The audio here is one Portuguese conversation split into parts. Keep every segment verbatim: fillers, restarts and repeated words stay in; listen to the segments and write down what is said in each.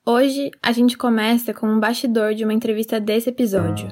Hoje, a gente começa com um bastidor de uma entrevista desse episódio.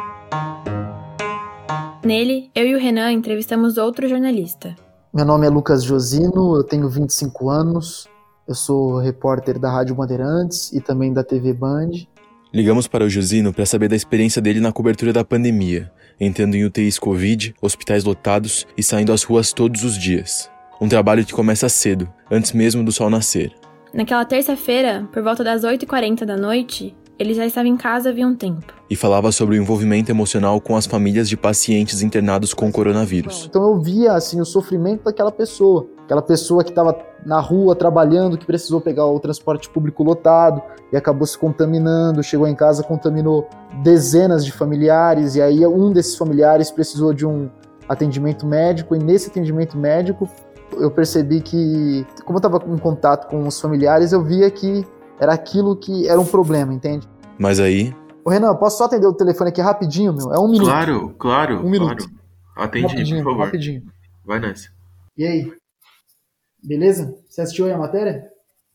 Nele, eu e o Renan entrevistamos outro jornalista. Meu nome é Lucas Josino, eu tenho vinte e cinco anos, eu sou repórter da Rádio Bandeirantes e também da T V Band. Ligamos para o Josino para saber da experiência dele na cobertura da pandemia, entrando em U T Is Covid, hospitais lotados e saindo às ruas todos os dias. Um trabalho que começa cedo, antes mesmo do sol nascer. Naquela terça-feira, por volta das oito e quarenta da noite, ele já estava em casa havia um tempo. E falava sobre o envolvimento emocional com as famílias de pacientes internados com coronavírus. Então eu via assim, o sofrimento daquela pessoa. Aquela pessoa que estava na rua trabalhando, que precisou pegar o transporte público lotado e acabou se contaminando, chegou em casa, contaminou dezenas de familiares, e aí um desses familiares precisou de um atendimento médico, e nesse atendimento médico eu percebi que, como eu estava em contato com os familiares, eu via que era aquilo que era um problema, entende? Mas aí... Ô Renan, posso só atender o telefone aqui rapidinho, meu? É um minuto. Claro, claro. Um minuto. Claro. Atende, rapidinho, por favor. Rapidinho. Vai nessa. E aí? Beleza? Você assistiu aí a matéria?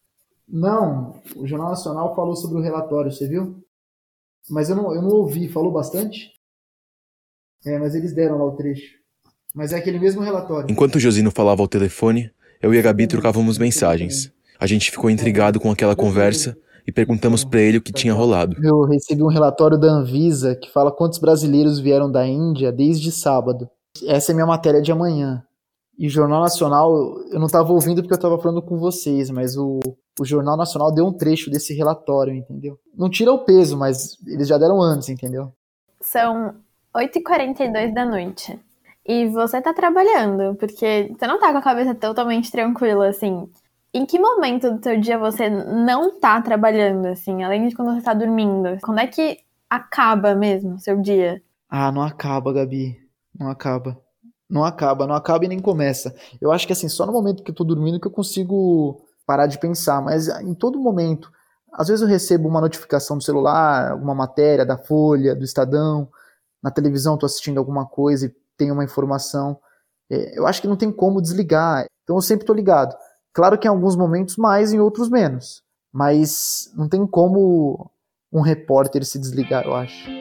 Não, o Jornal Nacional falou sobre o relatório, você viu? Mas eu não, eu não ouvi, falou bastante? É, mas eles deram lá o trecho. Mas é aquele mesmo relatório. Enquanto o Josino falava ao telefone, eu e a Gabi trocávamos mensagens. A gente ficou intrigado com aquela conversa e perguntamos pra ele o que tinha rolado. Eu recebi um relatório da Anvisa que fala quantos brasileiros vieram da Índia desde sábado. Essa é minha matéria de amanhã. E o Jornal Nacional, eu não estava ouvindo porque eu estava falando com vocês, mas o, o Jornal Nacional deu um trecho desse relatório, entendeu? Não tira o peso, mas eles já deram antes, entendeu? São oito e quarenta e dois da noite. E você tá trabalhando, porque você não tá com a cabeça totalmente tranquila, assim. Em que momento do seu dia você não tá trabalhando, assim, além de quando você tá dormindo? Quando é que acaba mesmo o seu dia? Ah, não acaba, Gabi. Não acaba. Não acaba, não acaba e nem começa. Eu acho que assim, só no momento que eu tô dormindo que eu consigo parar de pensar, mas em todo momento. Às vezes eu recebo uma notificação do celular, alguma matéria da Folha, do Estadão, na televisão tô assistindo alguma coisa e tem uma informação. É, eu acho que não tem como desligar. Então eu sempre tô ligado. Claro que em alguns momentos mais, em outros menos. Mas não tem como um repórter se desligar, eu acho.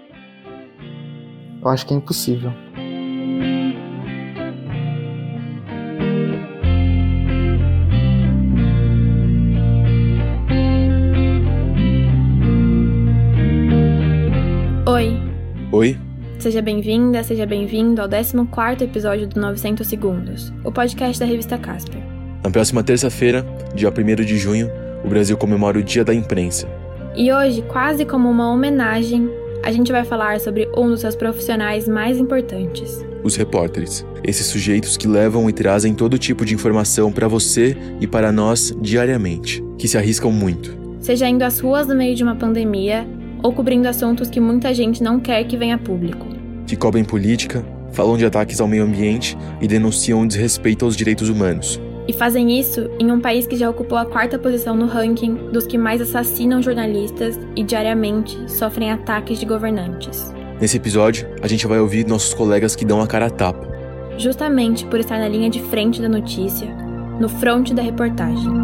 Eu acho que é impossível. Oi. Oi? Seja bem-vinda, seja bem-vindo ao décimo quarto episódio do novecentos segundos, o podcast da revista Casper. Na próxima terça-feira, dia primeiro de junho, o Brasil comemora o Dia da Imprensa. E hoje, quase como uma homenagem, a gente vai falar sobre um dos seus profissionais mais importantes. Os repórteres. Esses sujeitos que levam e trazem todo tipo de informação para você e para nós diariamente. Que se arriscam muito. Seja indo às ruas no meio de uma pandemia ou cobrindo assuntos que muita gente não quer que venha a público. Que cobrem política, falam de ataques ao meio ambiente e denunciam o desrespeito aos direitos humanos. E fazem isso em um país que já ocupou a quarta posição no ranking dos que mais assassinam jornalistas e diariamente sofrem ataques de governantes. Nesse episódio, a gente vai ouvir nossos colegas que dão a cara a tapa. Justamente por estar na linha de frente da notícia, no fronte da reportagem.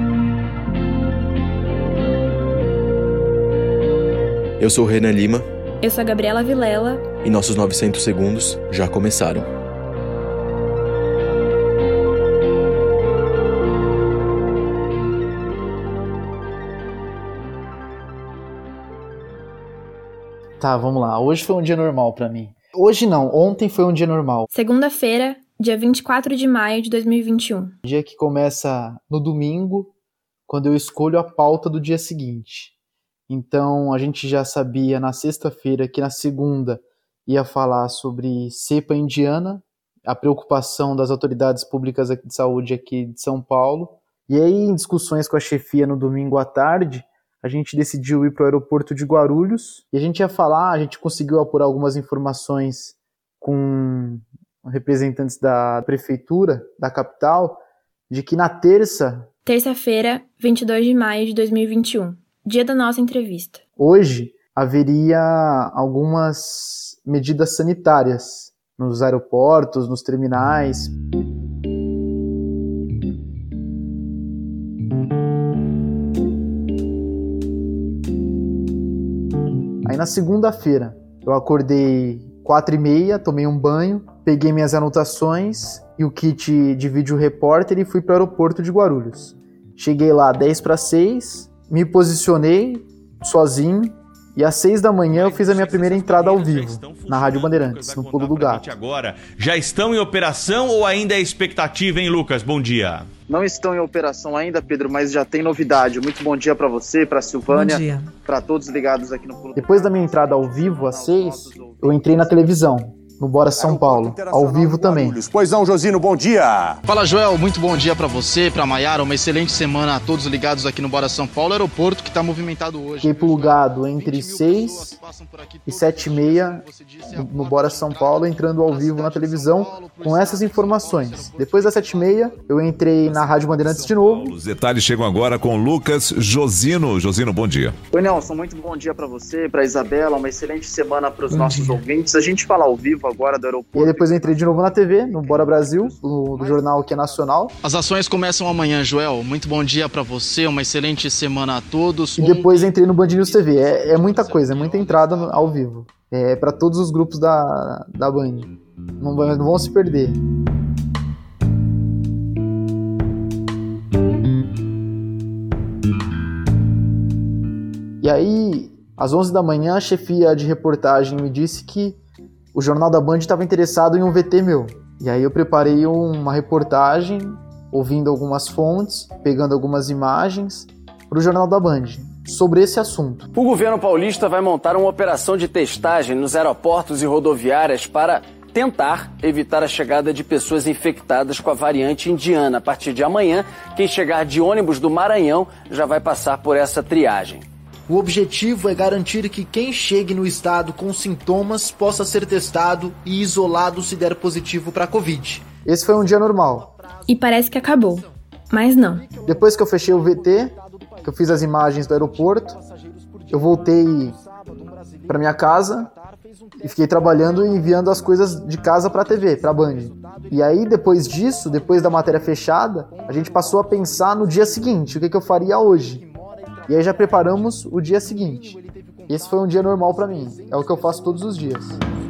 Eu sou o Renan Lima. Eu sou a Gabriela Vilela. E nossos novecentos segundos já começaram. Tá, vamos lá. Hoje foi um dia normal pra mim. Hoje não, ontem foi um dia normal. Segunda-feira, dia vinte e quatro de maio de dois mil e vinte e um. Dia que começa no domingo, quando eu escolho a pauta do dia seguinte. Então, a gente já sabia na sexta-feira que na segunda ia falar sobre cepa indiana, a preocupação das autoridades públicas de saúde aqui de São Paulo. E aí, em discussões com a chefia no domingo à tarde, a gente decidiu ir para o aeroporto de Guarulhos. E a gente ia falar, a gente conseguiu apurar algumas informações com representantes da prefeitura, da capital, de que na terça... Terça-feira, vinte e dois de maio de dois mil e vinte e um. Dia da nossa entrevista. Hoje haveria algumas medidas sanitárias nos aeroportos, nos terminais. na segunda-feira. Eu acordei quatro e meia, tomei um banho, peguei minhas anotações e o kit de vídeo repórter e fui para o aeroporto de Guarulhos. Cheguei lá dez para seis, me posicionei sozinho e às seis da manhã eu fiz a minha primeira entrada ao vivo, na Rádio Bandeirantes, no Pulo do Gato. Agora, já estão em operação ou ainda é expectativa, hein, Lucas? Bom dia. Não estão em operação ainda, Pedro, mas já tem novidade. Muito bom dia para você, para Silvânia, para todos ligados aqui no Pulo do Gato. Depois da minha entrada ao vivo, às seis, eu entrei na televisão, no Bora São Paulo, ao vivo também. Pois não, Josino, bom dia! Fala, Joel, muito bom dia pra você, pra Maiara, uma excelente semana a todos ligados aqui no Bora São Paulo, aeroporto que tá movimentado hoje. Fiquei plugado entre seis e sete e meia no Bora São Paulo, entrando ao vivo na televisão com essas informações. Depois das sete e meia, eu entrei na Rádio Bandeirantes de novo. Os detalhes chegam agora com Lucas Josino. Josino, bom dia. Oi, Nelson, muito bom dia pra você, pra Isabela, uma excelente semana pros nossos ouvintes. A gente fala ao vivo agora do aeroporto. E aí depois eu entrei de novo na T V, no Bora Brasil, do, do jornal que é nacional. As ações começam amanhã, Joel. Muito bom dia pra você, uma excelente semana a todos. E depois entrei no Band News T V. É, é muita coisa, é muita entrada no, ao vivo. É para todos os grupos da, da Band. Não, não vão se perder. E aí, às onze da manhã, a chefia de reportagem me disse que o Jornal da Band estava interessado em um V T meu. E aí eu preparei uma reportagem, ouvindo algumas fontes, pegando algumas imagens, para o Jornal da Band, sobre esse assunto. O governo paulista vai montar uma operação de testagem nos aeroportos e rodoviárias para tentar evitar a chegada de pessoas infectadas com a variante indiana. A partir de amanhã, quem chegar de ônibus do Maranhão já vai passar por essa triagem. O objetivo é garantir que quem chegue no estado com sintomas possa ser testado e isolado se der positivo para a Covid. Esse foi um dia normal. E parece que acabou, mas não. Depois que eu fechei o V T, que eu fiz as imagens do aeroporto, eu voltei para minha casa e fiquei trabalhando e enviando as coisas de casa para a T V, para a Band. E aí, depois disso, depois da matéria fechada, a gente passou a pensar no dia seguinte, o que, que eu faria hoje. E aí já preparamos o dia seguinte. Esse foi um dia normal para mim. É o que eu faço todos os dias.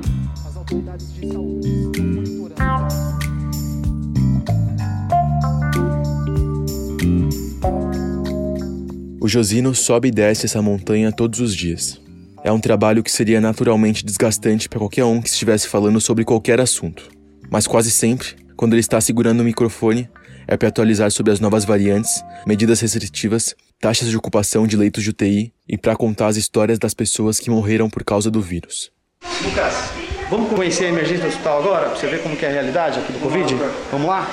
O Josino sobe e desce essa montanha todos os dias. É um trabalho que seria naturalmente desgastante para qualquer um que estivesse falando sobre qualquer assunto. Mas quase sempre, quando ele está segurando o microfone, é para atualizar sobre as novas variantes, medidas restritivas, taxas de ocupação de leitos de U T I e para contar as histórias das pessoas que morreram por causa do vírus. Lucas, vamos conhecer a emergência do hospital agora, para você ver como que é a realidade aqui do Covid? Vamos lá?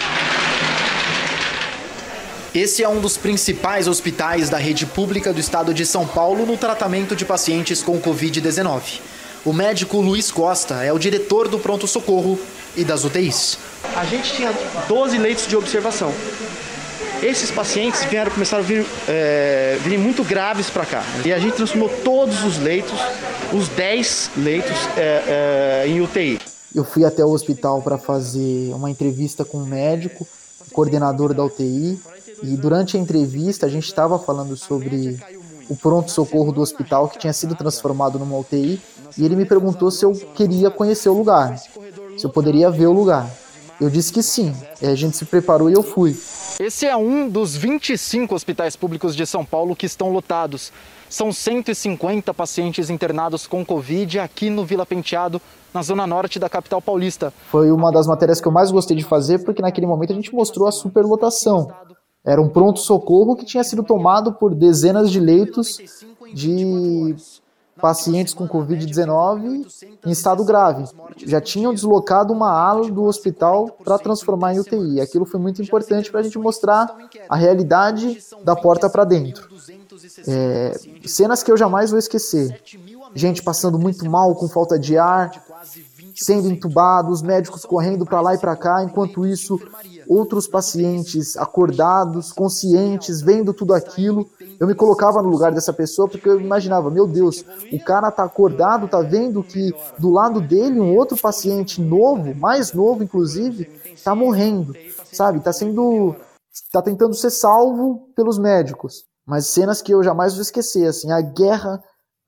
Esse é um dos principais hospitais da rede pública do estado de São Paulo no tratamento de pacientes com covid dezenove. O médico Luiz Costa é o diretor do pronto-socorro e das U T Is. A gente tinha doze leitos de observação. Esses pacientes vieram, começaram a vir é, virem muito graves para cá. E a gente transformou todos os leitos, os dez leitos, é, é, em U T I. Eu fui até o hospital para fazer uma entrevista com um médico, coordenador da U T I, e durante a entrevista a gente estava falando sobre o pronto-socorro do hospital que tinha sido transformado numa U T I, e ele me perguntou se eu queria conhecer o lugar, se eu poderia ver o lugar. Eu disse que sim, e a gente se preparou e eu fui. Esse é um dos vinte e cinco hospitais públicos de São Paulo que estão lotados. São cento e cinquenta pacientes internados com Covid aqui no Vila Penteado, na zona norte da capital paulista. Foi uma das matérias que eu mais gostei de fazer, porque naquele momento a gente mostrou a superlotação. Era um pronto-socorro que tinha sido tomado por dezenas de leitos de pacientes com covid dezenove em estado grave. Já tinham deslocado uma ala do hospital para transformar em U T I. Aquilo foi muito importante para a gente mostrar a realidade da porta para dentro. É, cenas que eu jamais vou esquecer. Gente passando muito mal, com falta de ar, sendo entubados, médicos correndo para lá e para cá, enquanto isso, outros pacientes acordados, conscientes, vendo tudo aquilo. Eu me colocava no lugar dessa pessoa porque eu imaginava, meu Deus, o cara tá acordado, tá vendo que do lado dele um outro paciente novo, mais novo inclusive, tá morrendo, sabe? Tá sendo, tá tentando ser salvo pelos médicos. Mas cenas que eu jamais vou esquecer, assim, a guerra,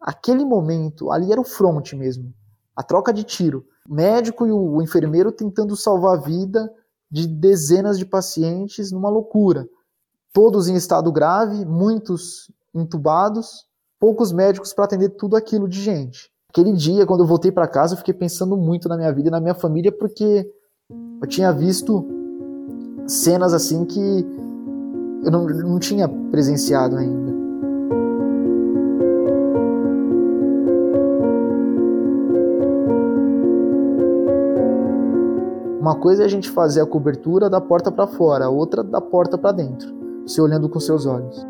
aquele momento, ali era o front mesmo, a troca de tiro. O médico e o enfermeiro tentando salvar a vida de dezenas de pacientes numa loucura. Todos em estado grave, muitos entubados, poucos médicos para atender tudo aquilo de gente. Aquele dia, quando eu voltei para casa, eu fiquei pensando muito na minha vida e na minha família, porque eu tinha visto cenas assim que eu não, não tinha presenciado ainda. Uma coisa é a gente fazer a cobertura da porta para fora, a outra da porta para dentro, se olhando com seus olhos.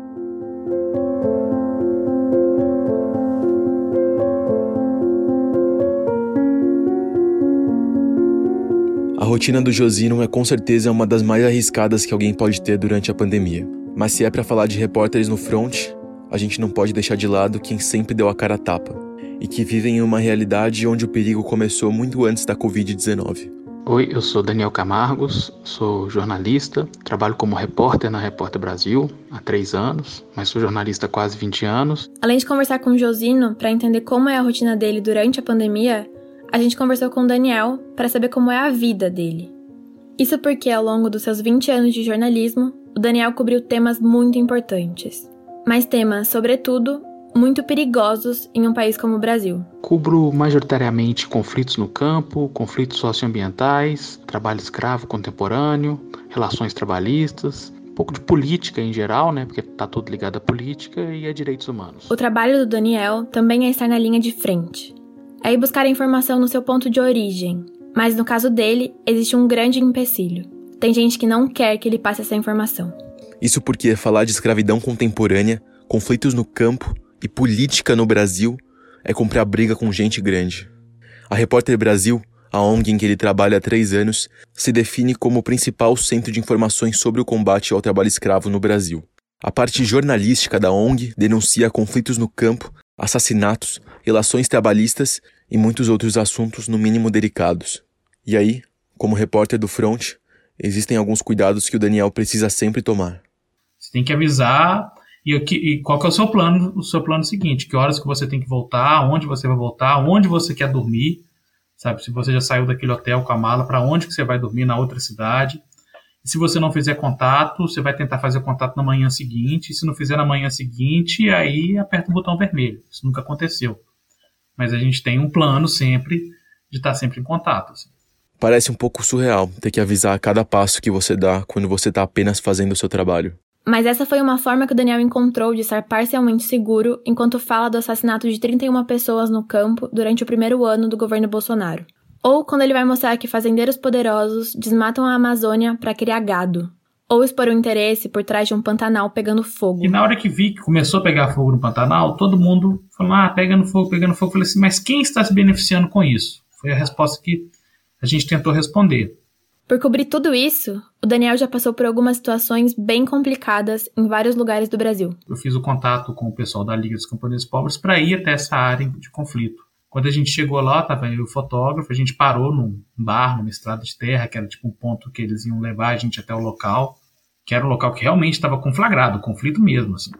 A rotina do Josino é com certeza uma das mais arriscadas que alguém pode ter durante a pandemia. Mas se é para falar de repórteres no front, a gente não pode deixar de lado quem sempre deu a cara a tapa e que vivem em uma realidade onde o perigo começou muito antes da covid dezenove. Oi, eu sou Daniel Camargos, sou jornalista, trabalho como repórter na Repórter Brasil há três anos, mas sou jornalista há quase vinte anos. Além de conversar com o Josino para entender como é a rotina dele durante a pandemia, a gente conversou com o Daniel para saber como é a vida dele. Isso porque, ao longo dos seus vinte anos de jornalismo, o Daniel cobriu temas muito importantes. Mas temas, sobretudo, muito perigosos em um país como o Brasil. Cubro majoritariamente conflitos no campo, conflitos socioambientais, trabalho escravo contemporâneo, relações trabalhistas, um pouco de política em geral, né, porque tá tudo ligado à política e a direitos humanos. O trabalho do Daniel também é estar na linha de frente. É ir buscar a informação no seu ponto de origem. Mas no caso dele, existe um grande empecilho. Tem gente que não quer que ele passe essa informação. Isso porque falar de escravidão contemporânea, conflitos no campo e política no Brasil é comprar briga com gente grande. A Repórter Brasil, a O N G em que ele trabalha há três anos, se define como o principal centro de informações sobre o combate ao trabalho escravo no Brasil. A parte jornalística da O N G denuncia conflitos no campo, assassinatos, relações trabalhistas e muitos outros assuntos no mínimo delicados. E aí, como repórter do front, existem alguns cuidados que o Daniel precisa sempre tomar. Você tem que avisar e, e qual que é o seu plano, o seu plano seguinte, que horas que você tem que voltar, onde você vai voltar, onde você quer dormir, sabe? Se você já saiu daquele hotel com a mala, para onde que você vai dormir na outra cidade. E se você não fizer contato, você vai tentar fazer contato na manhã seguinte. E se não fizer na manhã seguinte, aí aperta o botão vermelho. Isso nunca aconteceu. Mas a gente tem um plano sempre de estar sempre em contato. Assim. Parece um pouco surreal ter que avisar a cada passo que você dá quando você está apenas fazendo o seu trabalho. Mas essa foi uma forma que o Daniel encontrou de estar parcialmente seguro enquanto fala do assassinato de trinta e uma pessoas no campo durante o primeiro ano do governo Bolsonaro. Ou quando ele vai mostrar que fazendeiros poderosos desmatam a Amazônia para criar gado. Ou expor o interesse por trás de um Pantanal pegando fogo. E na hora que vi que começou a pegar fogo no Pantanal, todo mundo falou, ah, pegando fogo, pegando fogo. Eu falei assim, mas quem está se beneficiando com isso? Foi a resposta que a gente tentou responder. Por cobrir tudo isso, o Daniel já passou por algumas situações bem complicadas em vários lugares do Brasil. Eu fiz o contato com o pessoal da Liga dos Camponeses Pobres para ir até essa área de conflito. Quando a gente chegou lá, estava eu e o fotógrafo, a gente parou num bar, numa estrada de terra, que era tipo um ponto que eles iam levar a gente até o local, que era um local que realmente estava conflagrado, conflito mesmo, assim.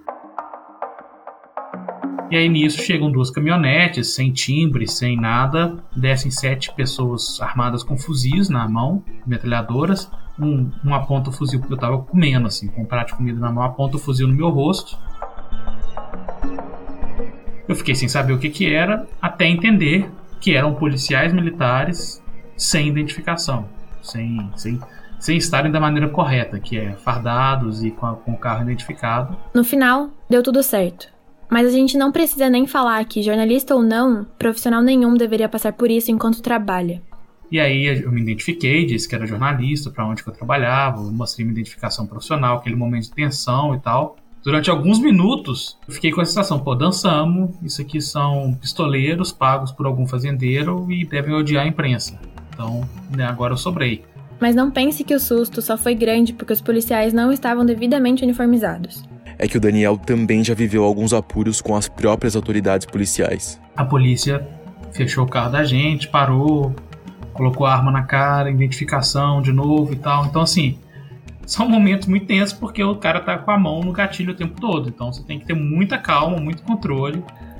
E aí nisso chegam duas caminhonetes, sem timbre, sem nada, descem sete pessoas armadas com fuzis na mão, metralhadoras, um, um aponta o fuzil, porque eu estava comendo, assim, com um prato de comida na mão, aponta o fuzil no meu rosto. Eu fiquei sem saber o que que era, até entender que eram policiais militares sem identificação, sem, sem, sem estarem da maneira correta, que é fardados e com, a, com o carro identificado. No final, deu tudo certo. Mas a gente não precisa nem falar que, jornalista ou não, profissional nenhum deveria passar por isso enquanto trabalha. E aí eu me identifiquei, disse que era jornalista, para onde que eu trabalhava, mostrei minha identificação profissional, aquele momento de tensão e tal. Durante alguns minutos, eu fiquei com a sensação, pô, dançamos, isso aqui são pistoleiros pagos por algum fazendeiro e devem odiar a imprensa. Então, né, agora eu sobrei. Mas não pense que o susto só foi grande porque os policiais não estavam devidamente uniformizados. É que o Daniel também já viveu alguns apuros com as próprias autoridades policiais. A polícia fechou o carro da gente, parou, colocou a arma na cara, identificação de novo e tal. Então, assim, são momentos muito tensos porque o cara tá com a mão no gatilho o tempo todo. Então, você tem que ter muita calma, muito controle.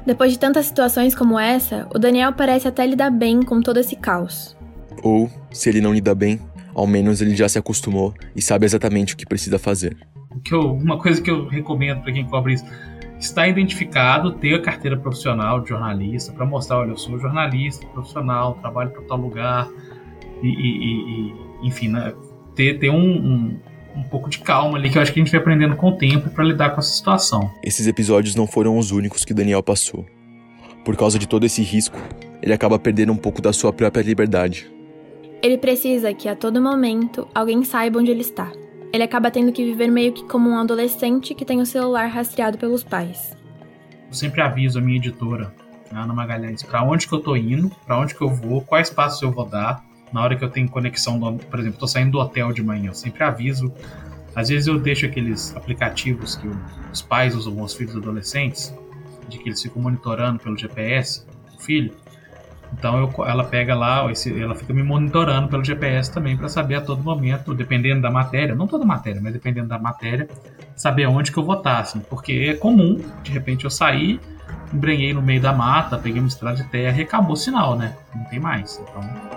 Depois de tantas situações como essa, o Daniel parece até lidar bem com todo esse caos. Ou, se ele não lida bem, ao menos ele já se acostumou e sabe exatamente o que precisa fazer. O que eu, uma coisa que eu recomendo para quem cobre isso, estar identificado, ter a carteira profissional de jornalista, para mostrar, olha, eu sou jornalista profissional, trabalho para tal lugar, e, e, e enfim, né, ter, ter um, um, um pouco de calma ali, que eu acho que a gente vai aprendendo com o tempo para lidar com essa situação. Esses episódios não foram os únicos que Daniel passou. Por causa de todo esse risco, ele acaba perdendo um pouco da sua própria liberdade. Ele precisa que a todo momento alguém saiba onde ele está. Ele acaba tendo que viver meio que como um adolescente que tem o celular rastreado pelos pais. Eu sempre aviso a minha editora, a Ana Magalhães, para onde que eu tô indo, para onde que eu vou, quais passos eu vou dar. Na hora que eu tenho conexão, do, por exemplo, tô saindo do hotel de manhã, eu sempre aviso. Às vezes eu deixo aqueles aplicativos que os pais usam com os filhos adolescentes, de que eles ficam monitorando pelo G P S o filho. Então eu, ela pega lá, ela fica me monitorando pelo G P S também para saber a todo momento, dependendo da matéria, não toda matéria, mas dependendo da matéria, saber onde que eu vou estar, assim, porque é comum, de repente eu saí, embrenhei no meio da mata, peguei uma estrada de terra e acabou o sinal, né? Não tem mais, então...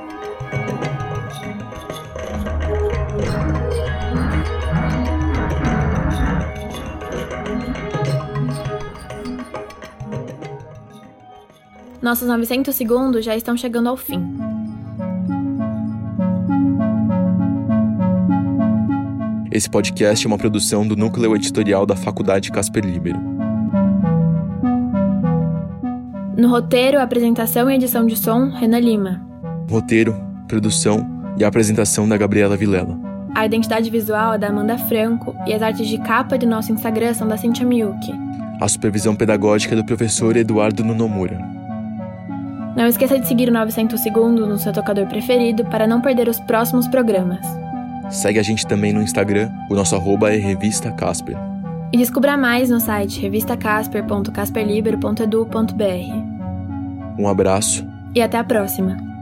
Nossos novecentos segundos já estão chegando ao fim. Esse podcast é uma produção do núcleo editorial da Faculdade Casper Libero. No roteiro, apresentação e edição de som, Renan Lima. Roteiro, produção e apresentação da Gabriela Vilela. A identidade visual é da Amanda Franco e as artes de capa do nosso Instagram são da Cíntia Miyuki. A supervisão pedagógica é do professor Eduardo Nunomura. Não esqueça de seguir o novecentos segundos no seu tocador preferido para não perder os próximos programas. Segue a gente também no Instagram, o nosso arroba é Revista Casper. E descubra mais no site revista casper ponto casper libero ponto edu ponto br. Um abraço. E até a próxima.